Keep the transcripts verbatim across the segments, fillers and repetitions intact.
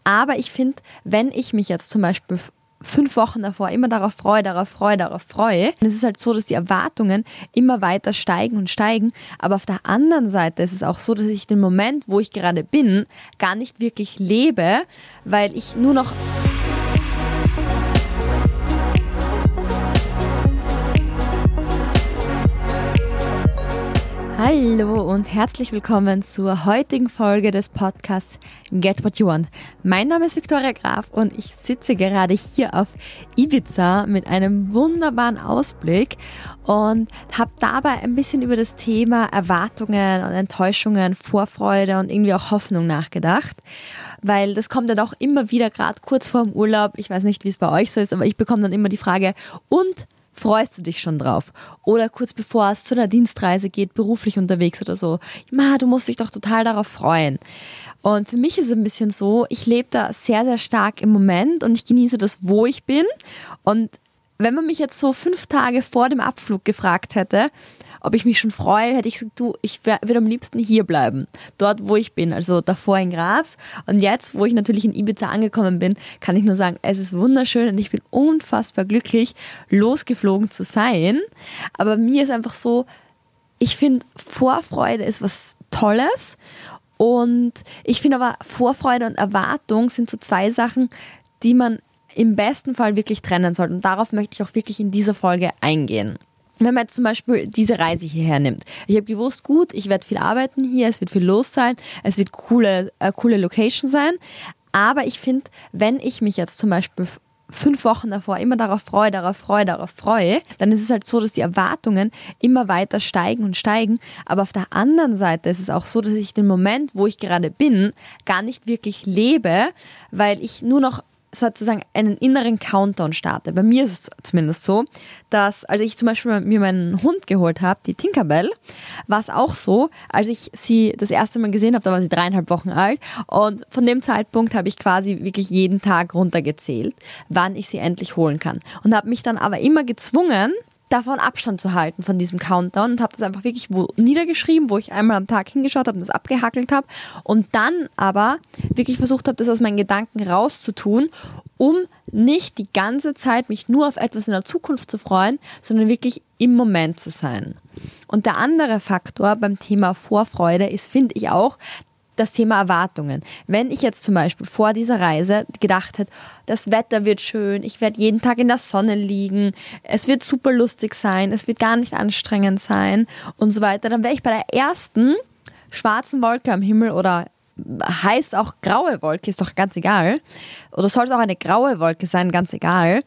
Aber ich finde, wenn ich mich jetzt zum Beispiel fünf Wochen davor immer darauf freue, darauf freue, darauf freue, dann ist es halt so, dass die Erwartungen immer weiter steigen und steigen. Aber auf der anderen Seite ist es auch so, dass ich den Moment, wo ich gerade bin, gar nicht wirklich lebe, weil ich nur noch... Hallo und herzlich willkommen zur heutigen Folge des Podcasts Get What You Want. Mein Name ist Viktoria Graf und ich sitze gerade hier auf Ibiza mit einem wunderbaren Ausblick und habe dabei ein bisschen über das Thema Erwartungen und Enttäuschungen, Vorfreude und irgendwie auch Hoffnung nachgedacht, weil das kommt ja doch immer wieder, gerade kurz vor dem Urlaub. Ich weiß nicht, wie es bei euch so ist, aber ich bekomme dann immer die Frage, und freust du dich schon drauf? Oder kurz bevor es zu einer Dienstreise geht, beruflich unterwegs oder so. Ma, du musst dich doch total darauf freuen. Und für mich ist es ein bisschen so, ich lebe da sehr, sehr stark im Moment und ich genieße das, wo ich bin. Und wenn man mich jetzt so fünf Tage vor dem Abflug gefragt hätte, ob ich mich schon freue, hätte ich gesagt, du, ich würde am liebsten hier bleiben, dort, wo ich bin, also davor in Graz. Und jetzt, wo ich natürlich in Ibiza angekommen bin, kann ich nur sagen, es ist wunderschön und ich bin unfassbar glücklich, losgeflogen zu sein. Aber mir ist einfach so, ich finde, Vorfreude ist was Tolles und ich finde aber, Vorfreude und Erwartung sind so zwei Sachen, die man im besten Fall wirklich trennen sollte. Und darauf möchte ich auch wirklich in dieser Folge eingehen. Wenn man jetzt zum Beispiel diese Reise hierher nimmt. Ich habe gewusst, gut, ich werde viel arbeiten hier, es wird viel los sein, es wird coole, äh, coole Location sein. Aber ich finde, wenn ich mich jetzt zum Beispiel fünf Wochen davor immer darauf freue, darauf freue, darauf freue, dann ist es halt so, dass die Erwartungen immer weiter steigen und steigen. Aber auf der anderen Seite ist es auch so, dass ich den Moment, wo ich gerade bin, gar nicht wirklich lebe, weil ich nur noch sozusagen einen inneren Countdown starte. Bei mir ist es zumindest so, dass, als ich zum Beispiel mir meinen Hund geholt habe, die Tinkerbell, war es auch so, als ich sie das erste Mal gesehen habe, da war sie dreieinhalb Wochen alt und von dem Zeitpunkt habe ich quasi wirklich jeden Tag runtergezählt, wann ich sie endlich holen kann. Und habe mich dann aber immer gezwungen, davon Abstand zu halten, von diesem Countdown, und habe das einfach wirklich wo niedergeschrieben, wo ich einmal am Tag hingeschaut habe und das abgehackelt habe und dann aber wirklich versucht habe, das aus meinen Gedanken rauszutun, um nicht die ganze Zeit mich nur auf etwas in der Zukunft zu freuen, sondern wirklich im Moment zu sein. Und der andere Faktor beim Thema Vorfreude ist, finde ich auch, das Thema Erwartungen. Wenn ich jetzt zum Beispiel vor dieser Reise gedacht hätte, das Wetter wird schön, ich werde jeden Tag in der Sonne liegen, es wird super lustig sein, es wird gar nicht anstrengend sein und so weiter, dann wäre ich bei der ersten schwarzen Wolke am Himmel, oder heißt auch graue Wolke, ist doch ganz egal, oder soll es auch eine graue Wolke sein, ganz egal,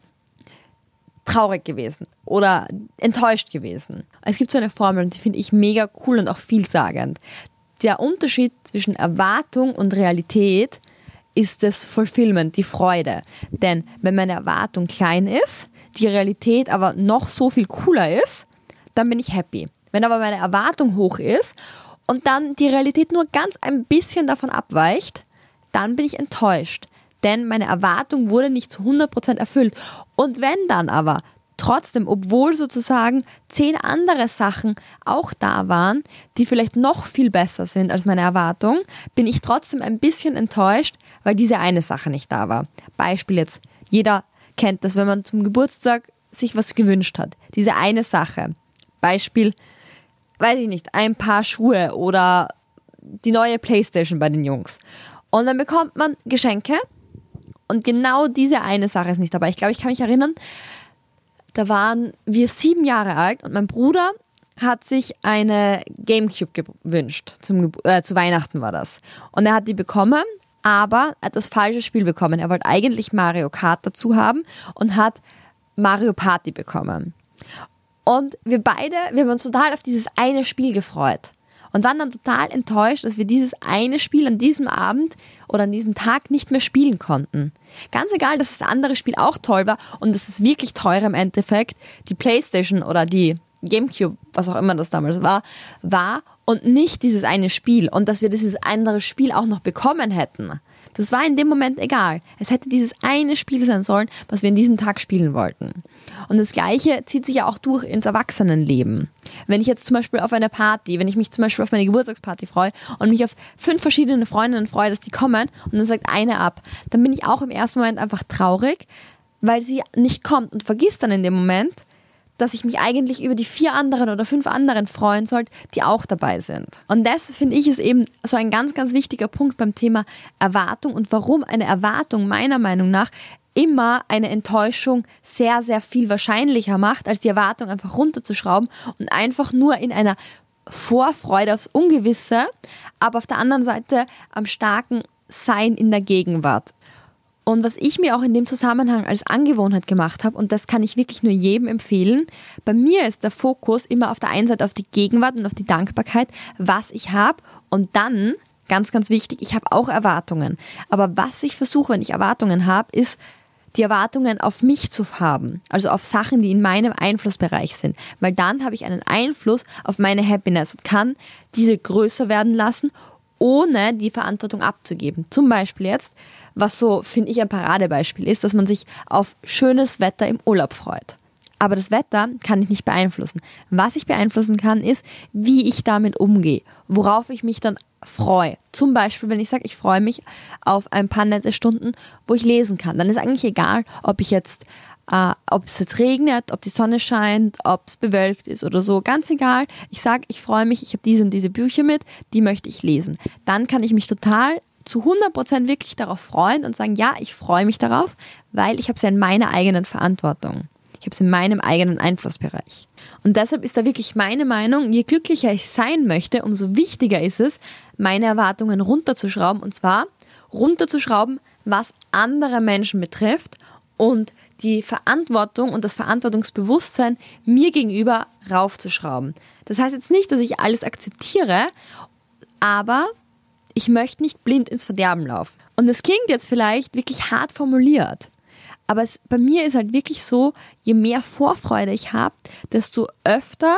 traurig gewesen oder enttäuscht gewesen. Es gibt so eine Formel und die finde ich mega cool und auch vielsagend. Der Unterschied zwischen Erwartung und Realität ist das Fulfillment, die Freude. Denn wenn meine Erwartung klein ist, die Realität aber noch so viel cooler ist, dann bin ich happy. Wenn aber meine Erwartung hoch ist und dann die Realität nur ganz ein bisschen davon abweicht, dann bin ich enttäuscht. Denn meine Erwartung wurde nicht zu hundert Prozent erfüllt. Und wenn dann aber trotzdem, obwohl sozusagen zehn andere Sachen auch da waren, die vielleicht noch viel besser sind als meine Erwartung, bin ich trotzdem ein bisschen enttäuscht, weil diese eine Sache nicht da war. Beispiel jetzt, jeder kennt das, wenn man zum Geburtstag sich was gewünscht hat. Diese eine Sache. Beispiel, weiß ich nicht, ein Paar Schuhe oder die neue Playstation bei den Jungs. Und dann bekommt man Geschenke und genau diese eine Sache ist nicht dabei. Ich glaube, ich kann mich erinnern, da waren wir sieben Jahre alt und mein Bruder hat sich eine Gamecube gewünscht. Zum, äh, zu Weihnachten war das. Und er hat die bekommen, aber er hat das falsche Spiel bekommen. Er wollte eigentlich Mario Kart dazu haben und hat Mario Party bekommen. Und wir beide, wir haben uns total auf dieses eine Spiel gefreut. Und waren dann total enttäuscht, dass wir dieses eine Spiel an diesem Abend oder an diesem Tag nicht mehr spielen konnten. Ganz egal, dass das andere Spiel auch toll war und dass es wirklich teuer im Endeffekt die Playstation oder die Gamecube, was auch immer das damals war, war und nicht dieses eine Spiel. Und dass wir dieses andere Spiel auch noch bekommen hätten. Das war in dem Moment egal. Es hätte dieses eine Spiel sein sollen, was wir in diesem Tag spielen wollten. Und das Gleiche zieht sich ja auch durch ins Erwachsenenleben. Wenn ich jetzt zum Beispiel auf eine Party, wenn ich mich zum Beispiel auf meine Geburtstagsparty freue und mich auf fünf verschiedene Freundinnen freue, dass die kommen und dann sagt eine ab, dann bin ich auch im ersten Moment einfach traurig, weil sie nicht kommt und vergisst dann in dem Moment, dass ich mich eigentlich über die vier anderen oder fünf anderen freuen sollte, die auch dabei sind. Und das, finde ich, ist eben so ein ganz, ganz wichtiger Punkt beim Thema Erwartung und warum eine Erwartung meiner Meinung nach immer eine Enttäuschung sehr, sehr viel wahrscheinlicher macht, als die Erwartung einfach runterzuschrauben und einfach nur in einer Vorfreude aufs Ungewisse, aber auf der anderen Seite am starken Sein in der Gegenwart. Und was ich mir auch in dem Zusammenhang als Angewohnheit gemacht habe, und das kann ich wirklich nur jedem empfehlen, bei mir ist der Fokus immer auf der einen Seite auf die Gegenwart und auf die Dankbarkeit, was ich habe, und dann, ganz, ganz wichtig, ich habe auch Erwartungen. Aber was ich versuche, wenn ich Erwartungen habe, ist, die Erwartungen auf mich zu haben, also auf Sachen, die in meinem Einflussbereich sind, weil dann habe ich einen Einfluss auf meine Happiness und kann diese größer werden lassen, ohne die Verantwortung abzugeben. Zum Beispiel jetzt, was so, finde ich, ein Paradebeispiel ist, dass man sich auf schönes Wetter im Urlaub freut. Aber das Wetter kann ich nicht beeinflussen. Was ich beeinflussen kann, ist, wie ich damit umgehe, worauf ich mich dann freue. Zum Beispiel, wenn ich sage, ich freue mich auf ein paar nette Stunden, wo ich lesen kann. Dann ist eigentlich egal, ob ich jetzt, äh, ob es jetzt regnet, ob die Sonne scheint, ob es bewölkt ist oder so. Ganz egal. Ich sage, ich freue mich, ich habe diese und diese Bücher mit, die möchte ich lesen. Dann kann ich mich total zu hundert Prozent wirklich darauf freuen und sagen, ja, ich freue mich darauf, weil ich habe es ja in meiner eigenen Verantwortung. Ich habe es in meinem eigenen Einflussbereich. Und deshalb ist da wirklich meine Meinung, je glücklicher ich sein möchte, umso wichtiger ist es, meine Erwartungen runterzuschrauben. Und zwar runterzuschrauben, was andere Menschen betrifft und die Verantwortung und das Verantwortungsbewusstsein mir gegenüber raufzuschrauben. Das heißt jetzt nicht, dass ich alles akzeptiere, aber ich möchte nicht blind ins Verderben laufen. Und das klingt jetzt vielleicht wirklich hart formuliert. Aber es, bei mir ist halt wirklich so, je mehr Vorfreude ich habe, desto öfter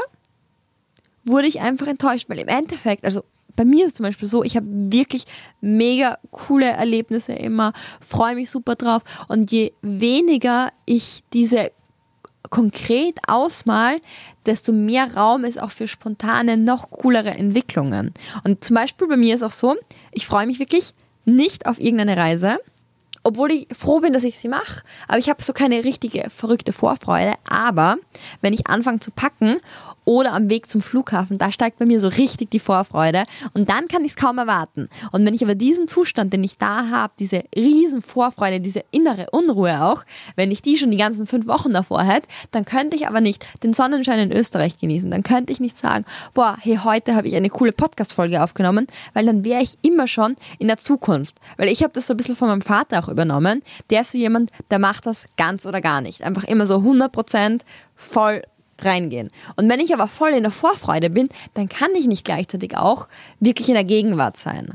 wurde ich einfach enttäuscht. Weil im Endeffekt, also bei mir ist es zum Beispiel so, ich habe wirklich mega coole Erlebnisse immer, freue mich super drauf. Und je weniger ich diese konkret ausmal, desto mehr Raum ist auch für spontane, noch coolere Entwicklungen. Und zum Beispiel bei mir ist auch so, ich freue mich wirklich nicht auf irgendeine Reise, obwohl ich froh bin, dass ich sie mache, aber ich habe so keine richtige, verrückte Vorfreude. Aber wenn ich anfange zu packen oder am Weg zum Flughafen, da steigt bei mir so richtig die Vorfreude und dann kann ich es kaum erwarten. Und wenn ich aber diesen Zustand, den ich da habe, diese riesen Vorfreude, diese innere Unruhe auch, wenn ich die schon die ganzen fünf Wochen davor hätte, dann könnte ich aber nicht den Sonnenschein in Österreich genießen. Dann könnte ich nicht sagen, boah, hey, heute habe ich eine coole Podcast-Folge aufgenommen, weil dann wäre ich immer schon in der Zukunft. Weil ich habe das so ein bisschen von meinem Vater auch übernommen. Der ist so jemand, der macht das ganz oder gar nicht. Einfach immer so hundert Prozent voll reingehen. Und wenn ich aber voll in der Vorfreude bin, dann kann ich nicht gleichzeitig auch wirklich in der Gegenwart sein.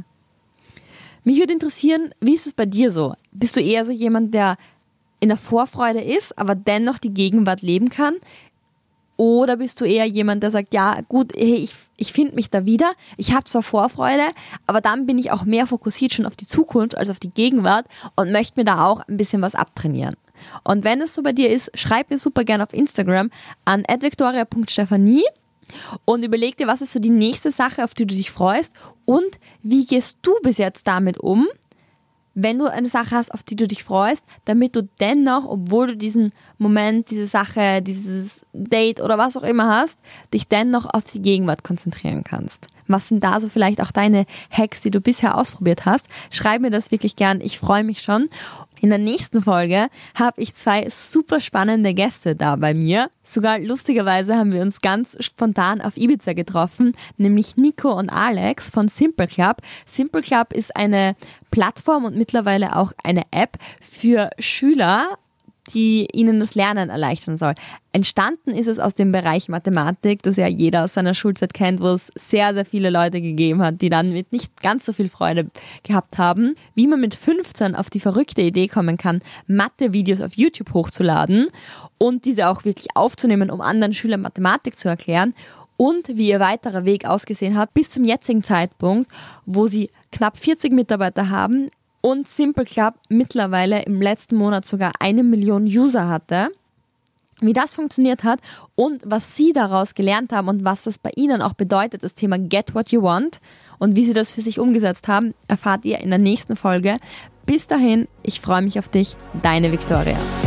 Mich würde interessieren, wie ist es bei dir so? Bist du eher so jemand, der in der Vorfreude ist, aber dennoch die Gegenwart leben kann? Oder bist du eher jemand, der sagt, ja gut, hey, ich, ich finde mich da wieder, ich habe zwar Vorfreude, aber dann bin ich auch mehr fokussiert schon auf die Zukunft als auf die Gegenwart und möchte mir da auch ein bisschen was abtrainieren. Und wenn es so bei dir ist, schreib mir super gerne auf Instagram an at victoria punkt stephanie und überleg dir, was ist so die nächste Sache, auf die du dich freust und wie gehst du bis jetzt damit um, wenn du eine Sache hast, auf die du dich freust, damit du dennoch, obwohl du diesen Moment, diese Sache, dieses Date oder was auch immer hast, dich dennoch auf die Gegenwart konzentrieren kannst. Was sind da so vielleicht auch deine Hacks, die du bisher ausprobiert hast? Schreib mir das wirklich gern, ich freue mich schon. In der nächsten Folge habe ich zwei super spannende Gäste da bei mir. Sogar lustigerweise haben wir uns ganz spontan auf Ibiza getroffen, nämlich Nico und Alex von Simple Club. Simple Club ist eine Plattform und mittlerweile auch eine App für Schüler, die ihnen das Lernen erleichtern soll. Entstanden ist es aus dem Bereich Mathematik, das ja jeder aus seiner Schulzeit kennt, wo es sehr, sehr viele Leute gegeben hat, die dann mit nicht ganz so viel Freude gehabt haben, wie man mit fünfzehn auf die verrückte Idee kommen kann, Mathe-Videos auf YouTube hochzuladen und diese auch wirklich aufzunehmen, um anderen Schülern Mathematik zu erklären. Und wie ihr weiterer Weg ausgesehen hat, bis zum jetzigen Zeitpunkt, wo sie knapp vierzig Mitarbeiter haben und Simple Club mittlerweile im letzten Monat sogar eine Million User hatte. Wie das funktioniert hat und was Sie daraus gelernt haben und was das bei Ihnen auch bedeutet, das Thema Get What You Want und wie Sie das für sich umgesetzt haben, erfahrt ihr in der nächsten Folge. Bis dahin, ich freue mich auf dich, deine Viktoria.